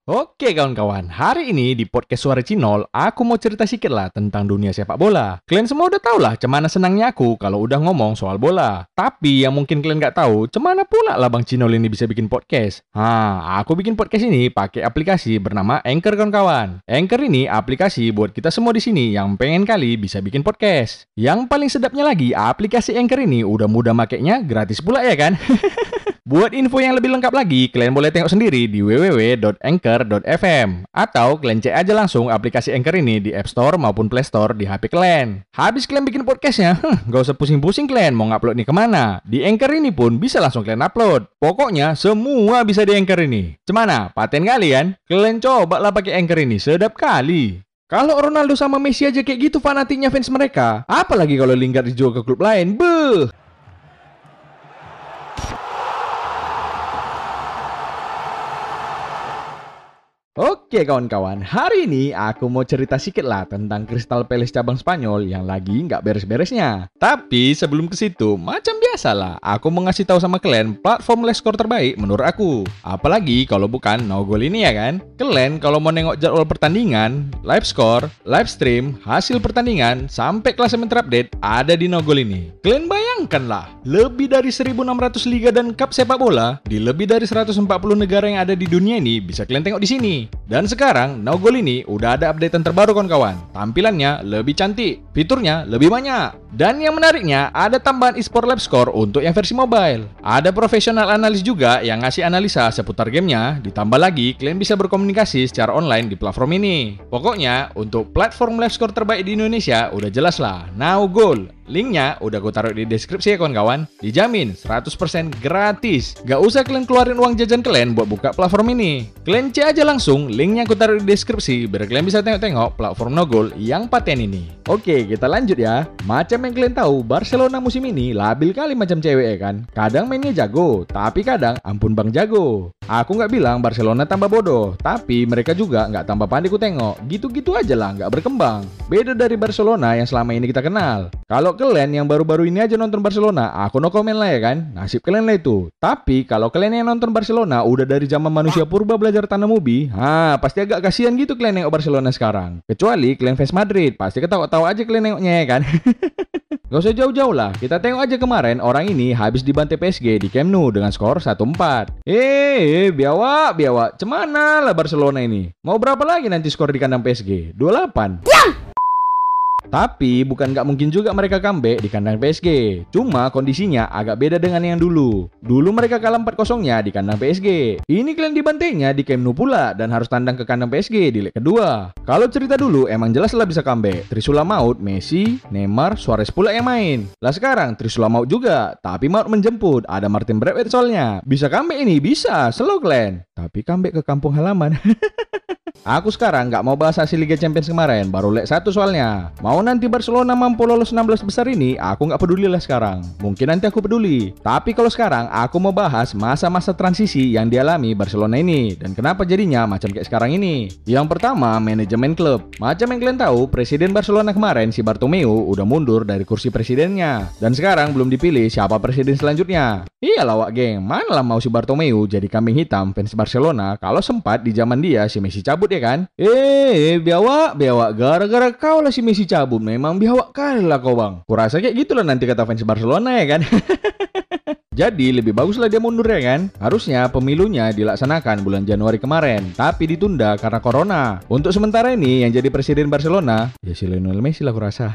Oke kawan-kawan, hari ini di podcast Suara Cinol, aku mau cerita sedikit lah tentang dunia sepak bola. Kalian semua udah tau lah cemana senangnya aku kalau udah ngomong soal bola. Tapi yang mungkin kalian nggak tahu, cemana pula lah Bang Cinol ini bisa bikin podcast. Aku bikin podcast ini pakai aplikasi bernama Anchor kawan-kawan. Anchor ini aplikasi buat kita semua di sini yang pengen kali bisa bikin podcast. Yang paling sedapnya lagi, aplikasi Anchor ini udah mudah makainya, gratis pula ya kan? Buat info yang lebih lengkap lagi, kalian boleh tengok sendiri di www.anchor.fm atau kalian cek aja langsung aplikasi Anchor ini di App Store maupun Play Store di HP kalian. Habis kalian bikin podcastnya, gak usah pusing-pusing kalian mau ngupload nih kemana. Di Anchor ini pun bisa langsung kalian upload. Pokoknya semua bisa di Anchor ini. Cemana? Paten kalian? Kalian coba lah pakai Anchor ini, sedap kali. Kalau Ronaldo sama Messi aja kayak gitu fanatiknya fans mereka, apalagi kalau Lingard dijual ke klub lain, beuh. Oke kawan-kawan, hari ini aku mau cerita sedikit lah tentang Crystal Palace cabang Spanyol yang lagi nggak beres-beresnya. Tapi sebelum ke situ, macam biasalah, aku mau ngasih tahu sama kalian platform live score terbaik menurut aku. Apalagi kalau bukan No Goal ini ya kan. Kalian kalau mau nengok jadwal pertandingan, live score, live stream, hasil pertandingan, sampai klasemen terupdate ada di No Goal ini. Kalian bayangkanlah, lebih dari 1.600 liga dan cup sepak bola di lebih dari 140 negara yang ada di dunia ini bisa kalian tengok di sini. Dan sekarang, No Goal ini udah ada updatean terbaru kawan-kawan. Tampilannya lebih cantik, fiturnya lebih banyak. Dan yang menariknya, ada tambahan eSport Live Score untuk yang versi mobile. Ada profesional analis juga yang ngasih analisa seputar gamenya. Ditambah lagi, kalian bisa berkomunikasi secara online di platform ini. Pokoknya, untuk platform Live Score terbaik di Indonesia, udah jelas lah, No Goal. Linknya udah gue taruh di deskripsi ya kawan-kawan. Dijamin 100% gratis. Gak usah kalian keluarin uang jajan kalian buat buka platform ini. Kalian cek aja langsung linknya aku taruh di deskripsi biar kalian bisa tengok-tengok platform No Goal yang paten ini. Oke, kita lanjut ya. Macam yang kalian tahu, Barcelona musim ini labil kali macam cewek ya kan. Kadang mainnya jago, tapi kadang ampun bang jago. Aku nggak bilang Barcelona tambah bodoh, tapi mereka juga nggak tambah pandai ku tengok. Gitu-gitu aja lah, nggak berkembang. Beda dari Barcelona yang selama ini kita kenal. Kalau kalian yang baru-baru ini aja nonton Barcelona, aku no komen lah ya kan. Nasib kalian lah itu. Tapi kalau kalian yang nonton Barcelona udah dari zaman manusia purba belajar tanam ubi, pasti agak kasihan gitu kalian nengok Barcelona sekarang. Kecuali kalian fans Madrid, pasti ketawa-tawa aja kalian nengoknya ya kan. Gak usah jauh-jauh lah, kita tengok aja kemarin orang ini habis dibantai PSG di Camp Nou dengan skor 1-4. Biawak, cemana lah Barcelona ini? Mau berapa lagi nanti skor di kandang PSG? 28. Tapi bukan nggak mungkin juga mereka comeback di kandang PSG. Cuma kondisinya agak beda dengan yang dulu. Dulu mereka kalah 4-0-nya di kandang PSG. Ini kalian dibantainya di Camp Nou pula dan harus tandang ke kandang PSG di leg kedua. Kalau cerita dulu emang jelas lah bisa comeback. Trisula maut, Messi, Neymar, Suarez pula yang main. Lah sekarang Trisula maut juga, tapi maut menjemput. Ada Martin Braithwaite soalnya. Bisa comeback ini, bisa. Slow kalian. Tapi comeback ke kampung halaman. Aku sekarang nggak mau bahas hasil Liga Champions kemarin, baru leg 1 soalnya. Mau nanti Barcelona mampu lolos 16 besar ini, aku nggak peduli lah sekarang. Mungkin nanti aku peduli. Tapi kalau sekarang, aku mau bahas masa-masa transisi yang dialami Barcelona ini. Dan kenapa jadinya macam kayak sekarang ini. Yang pertama, manajemen klub. Macam yang kalian tahu, Presiden Barcelona kemarin, si Bartomeu, udah mundur dari kursi presidennya. Dan sekarang belum dipilih siapa presiden selanjutnya. Iyalah wak geng, mana lah mau si Bartomeu jadi kambing hitam fans Barcelona kalau sempat di zaman dia si Messi cabut ya kan? Biawak, gara-gara kau lah si Messi cabut, memang biawak kali lah kau bang. Kurasa kayak gitulah nanti kata fans Barcelona ya kan? Jadi lebih baguslah dia mundur ya kan? Harusnya pemilunya dilaksanakan bulan Januari kemarin, tapi ditunda karena corona. Untuk sementara ini yang jadi presiden Barcelona, ya si Lionel Messi lah kurasa.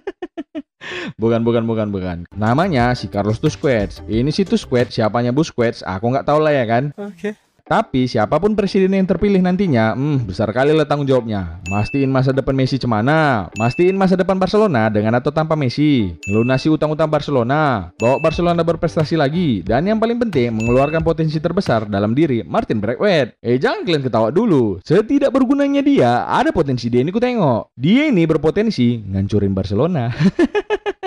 Bukan. Namanya si Carlos Busquets. Ini si Busquets, siapanya Busquets, aku nggak tahu lah ya kan? Oke. Tapi siapapun presiden yang terpilih nantinya, besar kali lah tanggung jawabnya. Mastiin masa depan Messi cemana? Mastiin masa depan Barcelona dengan atau tanpa Messi. Lunasi utang-utang Barcelona. Bawa Barcelona berprestasi lagi. Dan yang paling penting, mengeluarkan potensi terbesar dalam diri Martin Braithwaite. Jangan kalian ketawa dulu. Setidak bergunanya dia, ada potensi dia ini ku tengok. Dia ini berpotensi ngancurin Barcelona.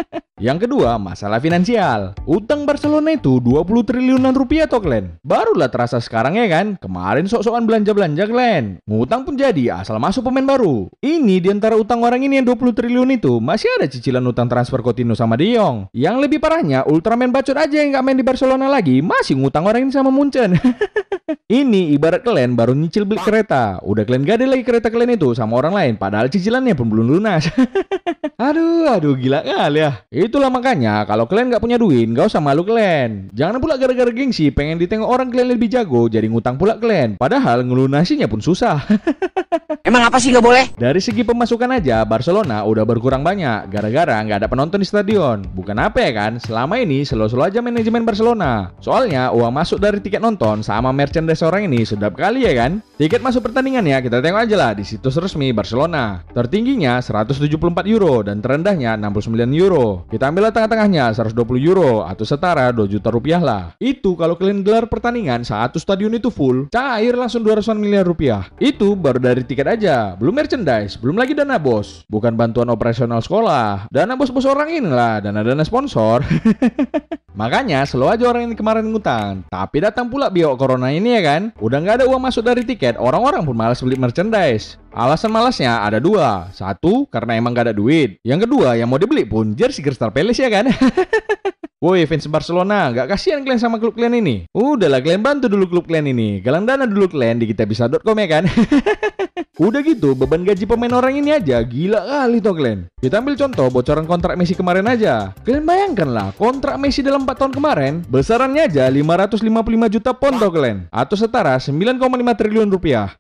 Yang kedua, masalah finansial. Utang Barcelona itu 20 triliunan rupiah toh kalian. Barulah terasa sekarang ya kan. Kemarin sok-sokan belanja-belanja kalian. Ngutang pun jadi asal masuk pemain baru. Ini diantara utang orang ini yang 20 triliun itu masih ada cicilan utang transfer Coutinho sama De Jong. Yang lebih parahnya, Ultraman bacot aja yang nggak main di Barcelona lagi masih ngutang orang ini sama Munchen. Ini ibarat kalian baru nyicil beli kereta. Udah kalian gade lagi kereta kalian itu sama orang lain. Padahal cicilannya pun belum lunas. Aduh, gila kali ya. Itulah makanya kalau kalian nggak punya duit, nggak usah malu kalian. Jangan pula gara-gara gengsi pengen ditengok orang kalian lebih jago, jadi ngutang pula kalian. Padahal ngelunasinya pun susah. Emang apa sih nggak boleh? Dari segi pemasukan aja, Barcelona udah berkurang banyak gara-gara nggak ada penonton di stadion. Bukan apa ya kan, selama ini slow-slow aja manajemen Barcelona. Soalnya uang masuk dari tiket nonton sama merchandise orang ini sedap kali ya kan. Tiket masuk pertandingannya kita tengok aja lah di situs resmi Barcelona. Tertingginya 174 euro dan terendahnya 69 euro. Kita ambil tengah-tengahnya 120 euro atau setara 2 juta rupiah lah. Itu kalau kalian gelar pertandingan satu stadion itu full, cair langsung 200 miliar rupiah. Itu baru dari tiket aja, belum merchandise, belum lagi dana bos. Bukan bantuan operasional sekolah, dana bos-bos orang inilah, dana-dana sponsor. Makanya selalu aja orang ini kemarin ngutang. Tapi datang pula biok corona ini ya kan. Udah nggak ada uang masuk dari tiket, orang-orang pun malas beli merchandise. Alasan malasnya ada dua. Satu, karena emang gak ada duit. Yang kedua, yang mau dibeli pun jersey Crystal Palace ya kan. Woi fans Barcelona, gak kasihan kalian sama klub kalian ini? Udahlah kalian bantu dulu klub kalian ini. Galang dana dulu kalian di kitabisa.com ya kan. Udah gitu, beban gaji pemain orang ini aja gila kali toh kalian. Kita ambil contoh bocoran kontrak Messi kemarin aja. Kalian bayangkan lah, kontrak Messi dalam 4 tahun kemarin besarannya aja 555 juta pound toh kalian, atau setara 9,5 triliun rupiah.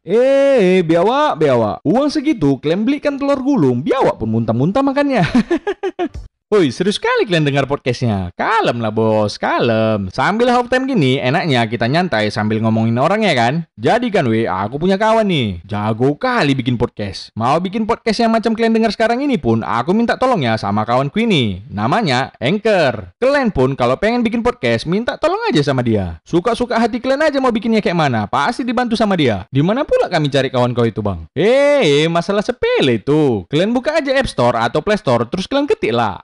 Biawak. Uang segitu kalian belikan telur gulung, biawak pun muntah-muntah makannya. Woi, serius sekali kalian dengar podcastnya. Kalem lah bos, kalem. Sambil half time gini, enaknya kita nyantai sambil ngomongin orang ya kan. Jadi kan aku punya kawan nih, jago kali bikin podcast. Mau bikin podcast yang macam kalian dengar sekarang ini pun, aku minta tolongnya sama kawanku ini. Namanya Anchor. Kalian pun kalau pengen bikin podcast, minta tolong aja sama dia. Suka-suka hati kalian aja mau bikinnya kayak mana, pasti dibantu sama dia. Dimana pula kami cari kawan kau itu bang? Masalah sepele itu. Kalian buka aja App Store atau Play Store, terus kalian ketik lah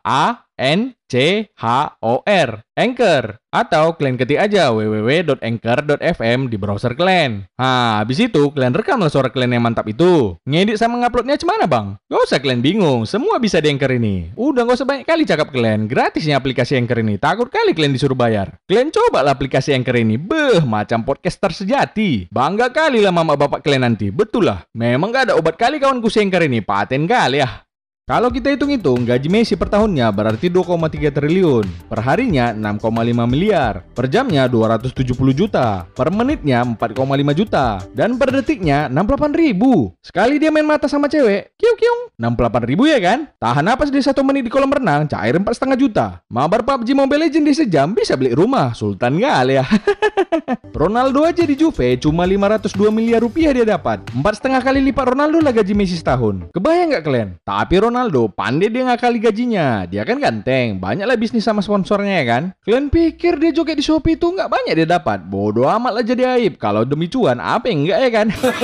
Anchor, Anchor. Atau kalian ketik aja www.anchor.fm di browser kalian. Habis itu kalian rekamlah suara kalian yang mantap itu. Ngedit sama nguploadnya cemana bang? Gak usah kalian bingung, semua bisa di Anchor ini. Udah gak usah banyak kali cakap kalian, gratisnya aplikasi Anchor ini. Takut kali kalian disuruh bayar. Kalian cobalah aplikasi Anchor ini, macam podcaster sejati. Bangga kali lah mama bapak kalian nanti, betul lah. Memang gak ada obat kali kawanku si Anchor ini, paten kali ya. Kalau kita hitung-hitung, gaji Messi per tahunnya berarti 2,3 triliun. Per harinya 6,5 miliar. Per jamnya 270 juta. Per menitnya 4,5 juta. Dan per detiknya 68 ribu. Sekali dia main mata sama cewek, kiung-kiung, 68 ribu ya kan? Tahan napas di 1 menit di kolam renang, cair 4,5 juta. Mabar PUBG Mobile Legends di sejam bisa beli rumah. Sultan kali ya. Ronaldo aja di Juve cuma 502 miliar rupiah dia dapat. 4,5 kali lipat Ronaldo lah gaji Messi setahun. Kebayang nggak kalian? Tapi Ronaldo pandai dia ngakali gajinya. Dia kan ganteng, banyaklah bisnis sama sponsornya ya kan. Kalian pikir dia joget di Shopee itu nggak banyak dia dapat? Bodoh amat lah jadi aib. Kalau demi cuan apa yang enggak ya kan?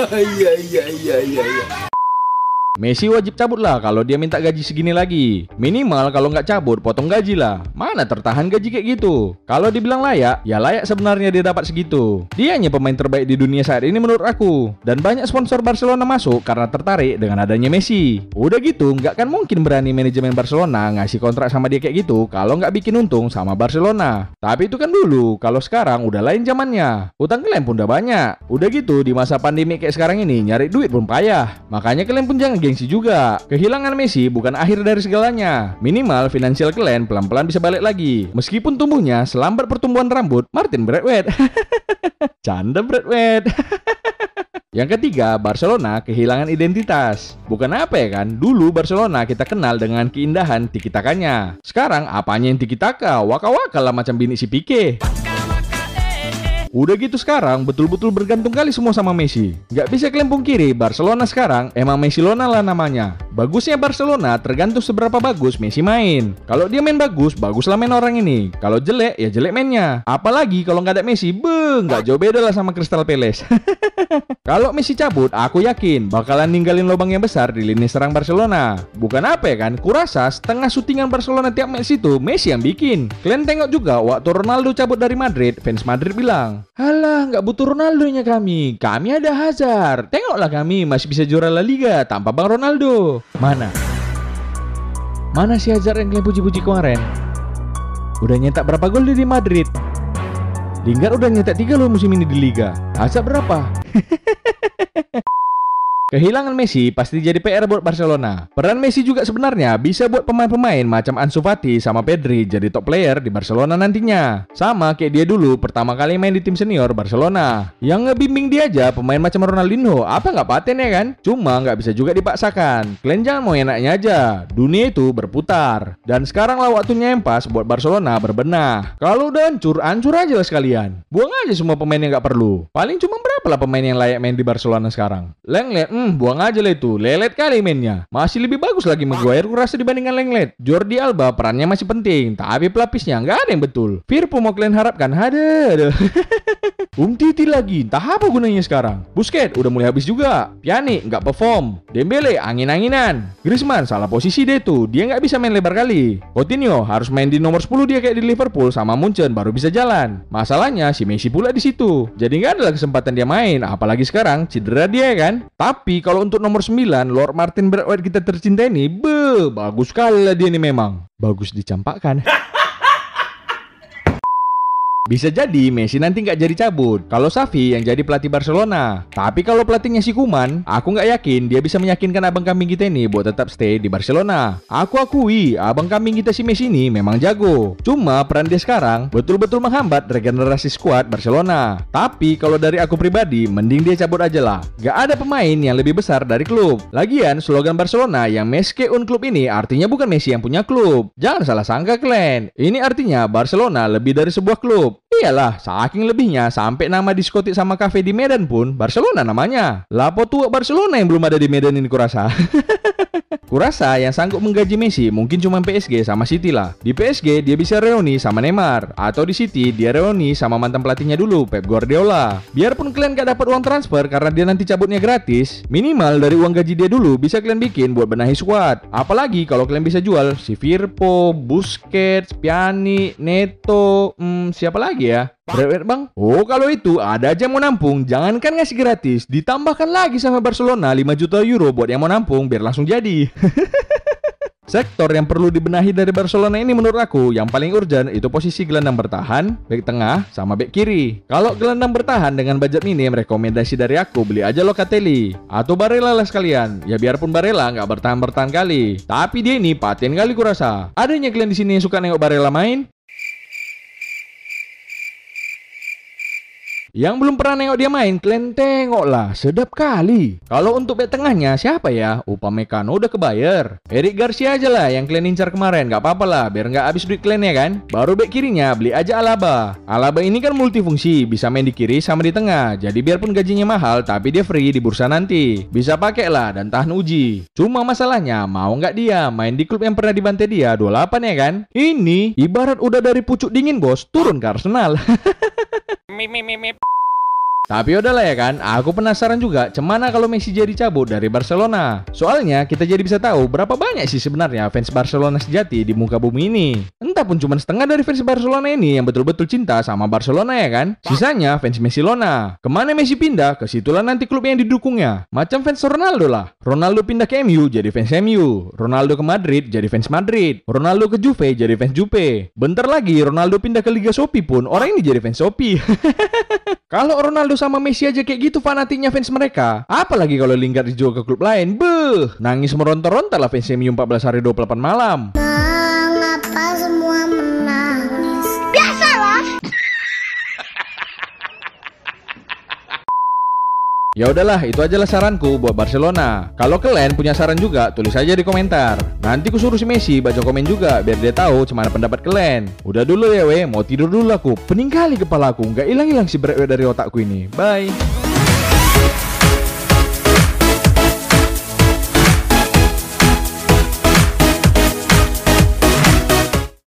Iya. Messi wajib cabut lah kalau dia minta gaji segini lagi. Minimal kalau nggak cabut, potong gaji lah. Mana tertahan gaji kayak gitu? Kalau dibilang layak, ya layak sebenarnya dia dapat segitu. Dianya pemain terbaik di dunia saat ini menurut aku. Dan banyak sponsor Barcelona masuk karena tertarik dengan adanya Messi. Udah gitu, nggak kan mungkin berani manajemen Barcelona ngasih kontrak sama dia kayak gitu kalau nggak bikin untung sama Barcelona. Tapi itu kan dulu, kalau sekarang udah lain zamannya. Utang kalian pun udah banyak. Udah gitu, di masa pandemi kayak sekarang ini, nyari duit pun payah. Makanya kalian pun jangan gengsi juga. Kehilangan Messi bukan akhir dari segalanya. Minimal finansial kalian pelan-pelan bisa balik lagi. Meskipun tumbuhnya selambat pertumbuhan rambut Martin Braithwaite. Canda Braithwaite. Yang ketiga, Barcelona kehilangan identitas. Bukan apa ya kan, dulu Barcelona kita kenal dengan keindahan tiki-takanya. Sekarang apanya yang tiki-taka? Waka-waka lah macam bini si Pique. Udah gitu sekarang betul-betul bergantung kali semua sama Messi. Nggak bisa kalian pungkiri, Barcelona sekarang emang Messilona lah namanya. Bagusnya Barcelona tergantung seberapa bagus Messi main. Kalau dia main bagus, baguslah main orang ini. Kalau jelek, ya jelek mainnya. Apalagi kalau nggak ada Messi, nggak jauh beda lah sama Crystal Palace. Kalau Messi cabut, aku yakin bakalan ninggalin lubang yang besar di lini serang Barcelona. Bukan apa ya kan, kurasa setengah syutingan Barcelona tiap match itu Messi yang bikin. Kalian tengok juga waktu Ronaldo cabut dari Madrid, fans Madrid bilang, "Halah, nggak butuh Ronaldo-nya kami ada Hazard. Tengoklah kami masih bisa juara La Liga tanpa Bang Ronaldo." Mana si Hazard yang kalian puji-puji kemarin? Udah nyetak berapa gol di Madrid? Lingard udah nyetak 3 loh musim ini di Liga. Hazard berapa? Kehilangan Messi pasti jadi PR buat Barcelona. Peran Messi juga sebenarnya bisa buat pemain-pemain macam Ansu Fati sama Pedri jadi top player di Barcelona nantinya. Sama kayak dia dulu pertama kali main di tim senior Barcelona. Yang ngebimbing dia aja pemain macam Ronaldinho, apa nggak paten ya kan? Cuma nggak bisa juga dipaksakan. Kalian jangan mau enaknya aja. Dunia itu berputar. Dan sekarang lah waktunya yang pas buat Barcelona berbenah. Kalau udah hancur, hancur aja lah sekalian. Buang aja semua pemain yang nggak perlu. Paling cuma berapa lah pemain yang layak main di Barcelona sekarang? Lenglet, buang aja lah itu. Lelet kali mainnya. Masih lebih bagus lagi Maguire kurasa dibandingkan Lenglet. Jordi Alba perannya masih penting, tapi pelapisnya nggak ada yang betul. Firpo mau kalian harapkan? Ada. Titi lagi, entah apa gunanya sekarang. Busquets udah mulai habis juga. Pjanic nggak perform. Dembele angin-anginan. Griezmann salah posisi deh tuh. Dia nggak bisa main lebar kali. Coutinho harus main di nomor 10 dia kayak di Liverpool sama Munchen baru bisa jalan. Masalahnya si Messi pula di situ. Jadi nggak ada kesempatan dia main. Apalagi sekarang cedera dia kan. Tapi kalau untuk nomor 9 Lord Martin Braithwaite kita tercinta ini, bagus sekali lah dia ini memang. Bagus dicampakkan. Bisa jadi Messi nanti nggak jadi cabut kalau Xavi yang jadi pelatih Barcelona. Tapi kalau pelatihnya si Koeman, aku nggak yakin dia bisa meyakinkan abang kambing kita ini buat tetap stay di Barcelona. Aku akui abang kambing kita si Messi ini memang jago. Cuma peran dia sekarang betul-betul menghambat regenerasi skuad Barcelona. Tapi kalau dari aku pribadi, mending dia cabut aja lah. Gak ada pemain yang lebih besar dari klub. Lagian slogan Barcelona yang Messi un klub ini artinya bukan Messi yang punya klub. Jangan salah sangka kalian. Ini artinya Barcelona lebih dari sebuah klub. Iyalah, saking lebihnya sampai nama diskotik sama kafe di Medan pun Barcelona namanya. Lapo tua Barcelona yang belum ada di Medan ini kurasa. Kurasa yang sanggup menggaji Messi mungkin cuma PSG sama City lah. Di PSG dia bisa reuni sama Neymar, atau di City dia reuni sama mantan pelatihnya dulu Pep Guardiola. Biarpun kalian gak dapat uang transfer karena dia nanti cabutnya gratis, minimal dari uang gaji dia dulu bisa kalian bikin buat benahi squad. Apalagi kalau kalian bisa jual si Firpo, Busquets, Pjanic, Neto, siapa lagi ya? Braithwaite bang? Oh kalau itu ada aja yang mau nampung. Jangankan ngasih gratis, ditambahkan lagi sama Barcelona 5 juta euro buat yang mau nampung biar langsung jadi. Sektor yang perlu dibenahi dari Barcelona ini menurut aku yang paling urgent itu posisi gelandang bertahan, bek tengah, sama bek kiri. Kalau gelandang bertahan dengan budget minim, rekomendasi dari aku beli aja Locatelli atau Barella lah sekalian. Ya biarpun Barella nggak bertahan kali, tapi dia ini paten kali kurasa. Adanya kalian di sini yang suka nengok Barella main? Yang belum pernah nengok dia main, kalian tengok lah, sedap kali. Kalau untuk bek tengahnya siapa ya? Upamecano udah kebayar. Eric Garcia aja lah yang kalian incar kemarin, gak apa-apa lah, biar gak habis duit kalian ya kan. Baru bek kirinya beli aja Alaba. Alaba ini kan multifungsi, bisa main di kiri sama di tengah. Jadi biarpun gajinya mahal, tapi dia free di bursa nanti. Bisa pakai lah dan tahan uji. Cuma masalahnya mau nggak dia main di klub yang pernah dibantai dia 28 ya kan? Ini ibarat udah dari pucuk dingin bos, turun ke Arsenal. Tapi udahlah ya kan, aku penasaran juga cemana kalau Messi jadi cabut dari Barcelona. Soalnya kita jadi bisa tahu berapa banyak sih sebenarnya fans Barcelona sejati di muka bumi ini. Entah pun cuma setengah dari fans Barcelona ini yang betul-betul cinta sama Barcelona ya kan. Sisanya fans Messilona. Kemana Messi pindah, ke situlah nanti klub yang didukungnya. Macam fans Ronaldo lah. Ronaldo pindah ke MU jadi fans MU. Ronaldo ke Madrid jadi fans Madrid. Ronaldo ke Juve jadi fans Juve. Bentar lagi Ronaldo pindah ke Liga Shopee pun orang ini jadi fans Shopee. Kalau Ronaldo sama Messi aja kayak gitu fanatiknya fans mereka, apalagi kalau Lingard dijual ke klub lain, nangis meronta-ronta lah fans MU 14 hari 28 malam. Mengapa semua menangis? Biasalah. Ya udahlah, itu ajalah saranku buat Barcelona. Kalau kalian punya saran juga, tulis aja di komentar. Nanti ku suruh si Messi baca komen juga biar dia tahu gimana pendapat kalian. Udah dulu ya we, mau tidur dulu aku. Pening kali kepalaku, nggak hilang-hilang si berat dari otakku ini. Bye.